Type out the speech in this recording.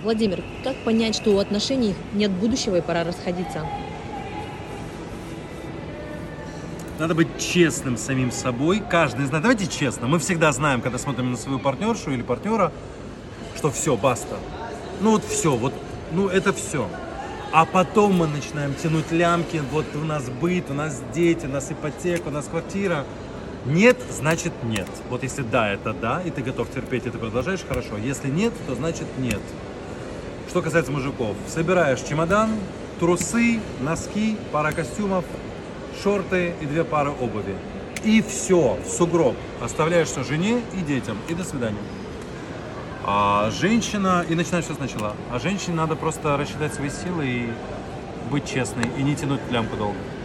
Владимир, как понять, что у отношений нет будущего и пора расходиться? Надо быть честным с самим собой. Каждый знает. Давайте честно. Мы всегда знаем, когда смотрим на свою партнершу или партнера, что все, баста. Ну вот все, вот, ну это все. А потом мы начинаем тянуть лямки. Вот у нас быт, у нас дети, у нас ипотека, у нас квартира. Нет, значит нет. Вот если да, это да, и ты готов терпеть, и ты продолжаешь, хорошо. Если нет, то значит нет. Что касается мужиков, собираешь чемодан, трусы, носки, пара костюмов, шорты и 2 пары обуви. И все, в сугроб. Оставляешь все жене и детям. И до свидания. А женщина... И начинаешь все сначала. А женщине надо просто рассчитать свои силы и быть честной. И не тянуть лямку долго.